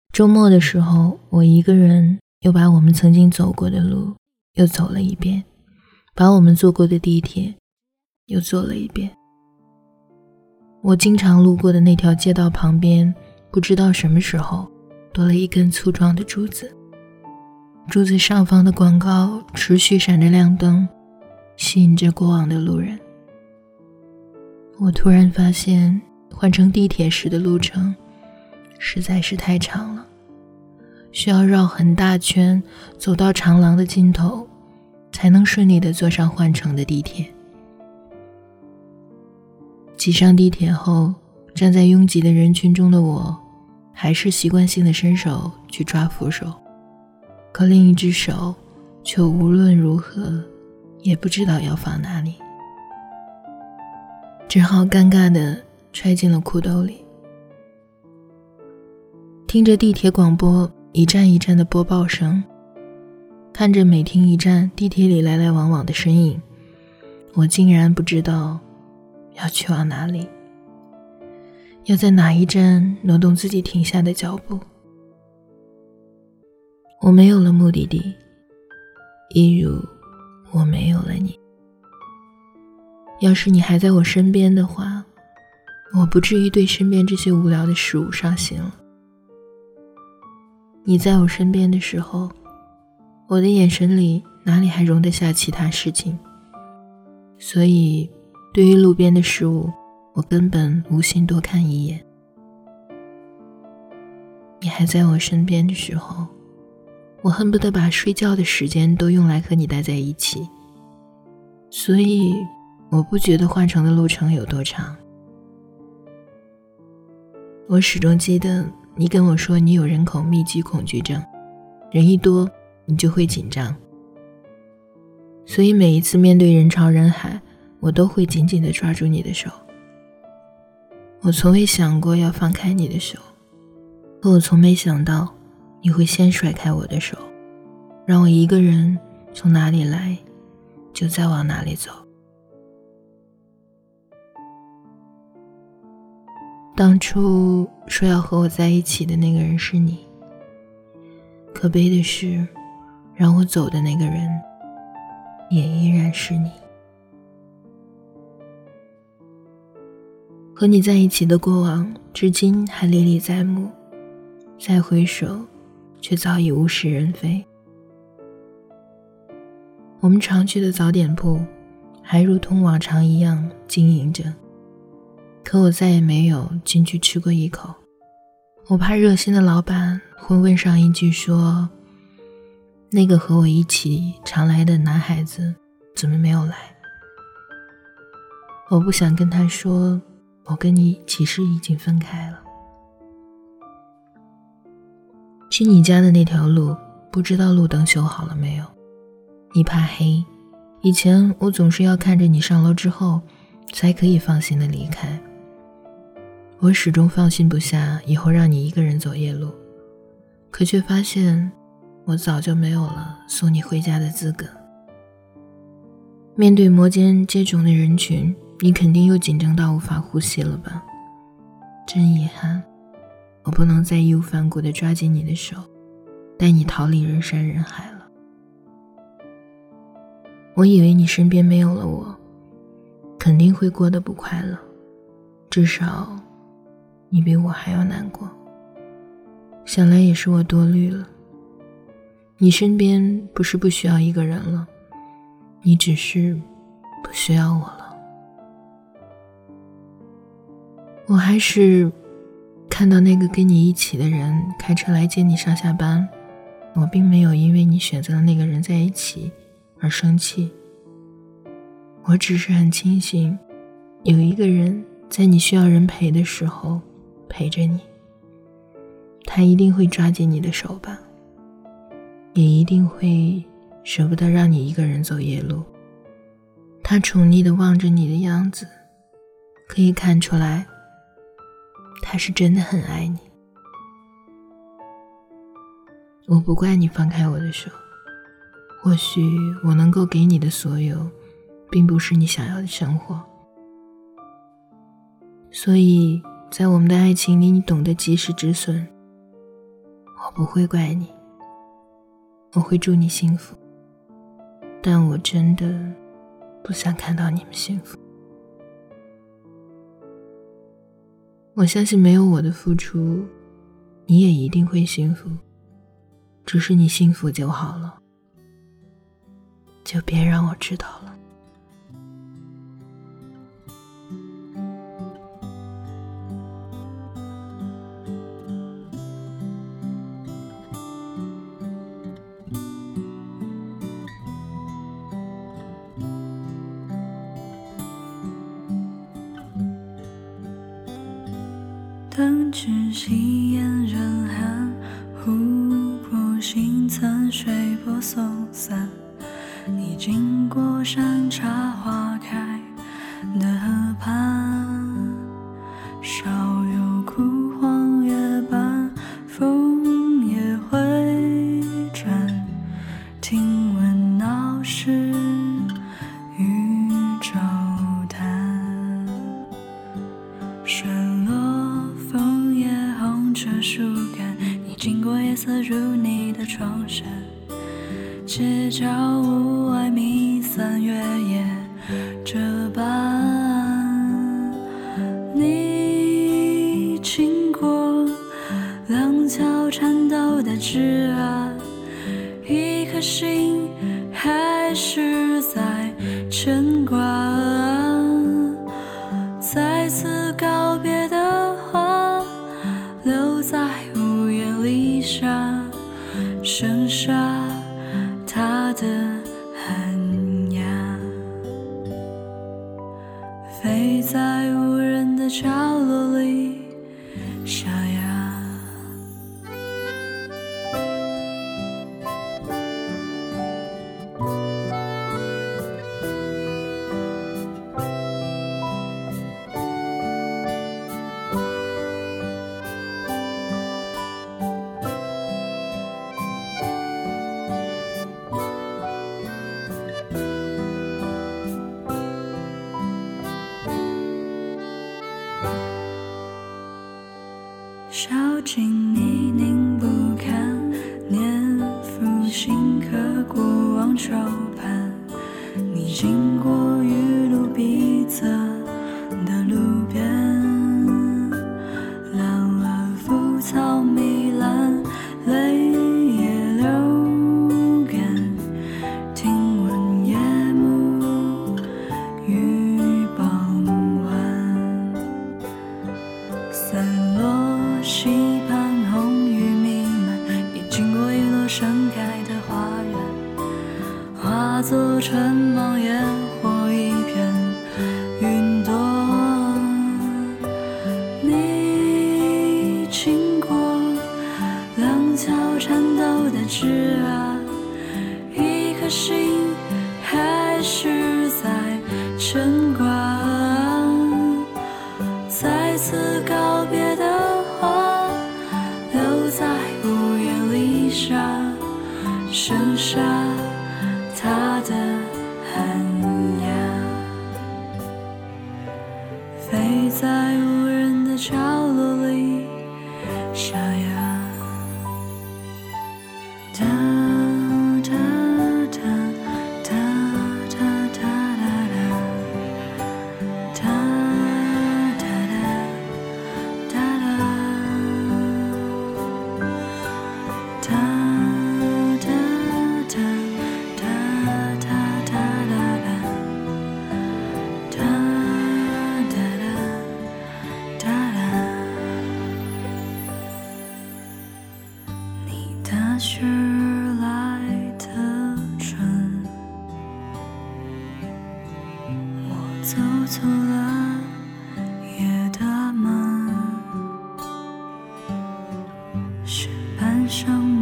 周末的时候，我一个人又把我们曾经走过的路又走了一遍，把我们坐过的地铁又坐了一遍。我经常路过的那条街道旁边，不知道什么时候多了一根粗壮的柱子，柱子上方的广告持续闪着亮灯，吸引着过往的路人。我突然发现，换乘地铁时的路程实在是太长了，需要绕很大圈走到长廊的尽头，才能顺利地坐上换乘的地铁。挤上地铁后，站在拥挤的人群中的我，还是习惯性地伸手去抓扶手，可另一只手却无论如何也不知道要放哪里，只好尴尬地揣进了裤兜里。听着地铁广播一站一站的播报声，看着每停一站地铁里来来往往的身影，我竟然不知道要去往哪里，要在哪一站挪动自己停下的脚步。我没有了目的地，一如我没有了你。要是你还在我身边的话，我不至于对身边这些无聊的事物上心了。你在我身边的时候，我的眼神里哪里还容得下其他事情，所以对于路边的事物，我根本无心多看一眼。你还在我身边的时候，我恨不得把睡觉的时间都用来和你待在一起，所以我不觉得换乘的路程有多长。我始终记得你跟我说你有人口密集恐惧症，人一多你就会紧张，所以每一次面对人潮人海，我都会紧紧地抓住你的手。我从未想过要放开你的手，可我从没想到你会先甩开我的手，让我一个人从哪里来就再往哪里走。当初说要和我在一起的那个人是你，可悲的是，让我走的那个人也依然是你。和你在一起的过往至今还历历在目，再回首却早已物是人非。我们常去的早点铺还如同往常一样经营着，可我再也没有进去吃过一口，我怕热心的老板会问上一句说，那个和我一起常来的男孩子怎么没有来。我不想跟他说，我跟你其实已经分开了。去你家的那条路，不知道路灯修好了没有，你怕黑，以前我总是要看着你上楼之后才可以放心的离开。我始终放心不下以后让你一个人走夜路，可却发现我早就没有了送你回家的资格。面对摩肩接踵的人群，你肯定又紧张到无法呼吸了吧？真遗憾，我不能再义无反顾地抓紧你的手，带你逃离人山人海了。我以为你身边没有了我，肯定会过得不快乐，至少你比我还要难过。想来也是我多虑了，你身边不是不需要一个人了，你只是不需要我了。我还是看到那个跟你一起的人开车来接你上下班，我并没有因为你选择了那个人在一起而生气，我只是很庆幸有一个人在你需要人陪的时候陪着你，他一定会抓紧你的手吧，也一定会舍不得让你一个人走夜路。他宠溺地望着你的样子，可以看出来他是真的很爱你。我不怪你放开我的手，或许我能够给你的所有并不是你想要的生活，所以在我们的爱情里，你懂得及时止损， 我不会怪你，我会祝你幸福，但我真的不想看到你们幸福。我相信没有我的付出，你也一定会幸福，只是你幸福就好了，就别让我知道了。 灯只吸烟人寒，湖泊星层水波松散。你经过山茶花开的河畔，少有枯黄叶般，风也会转。听闻闹市与照谈，水落枫叶红着树干，你经过夜色入你的窗扇，街角屋外弥散月夜这般。你经过廊桥颤抖的枝岸，一颗心还是在牵挂。再次告别的话，留在屋檐里下，剩下他的寒鸦，飞在无人的角落里沙哑。小径泥泞不堪，年复新刻过往愁盼。你经过雨露逼仄的路边，兰花浮草糜烂，泪也流干。听闻夜幕与傍晚，散落溪畔红雨弥漫，你经过一落盛开的花园，化作春梦烟火一片云朵。你经过廊桥颤抖的枝岸，一颗心还是在牵挂。再次告别的话，留在屋檐里下，剩下他的寒鸦，飞在无人的角落里沙哑。哒哒哒哒哒哒哒哒哒大雪而来的春，我走错了夜的门，石板上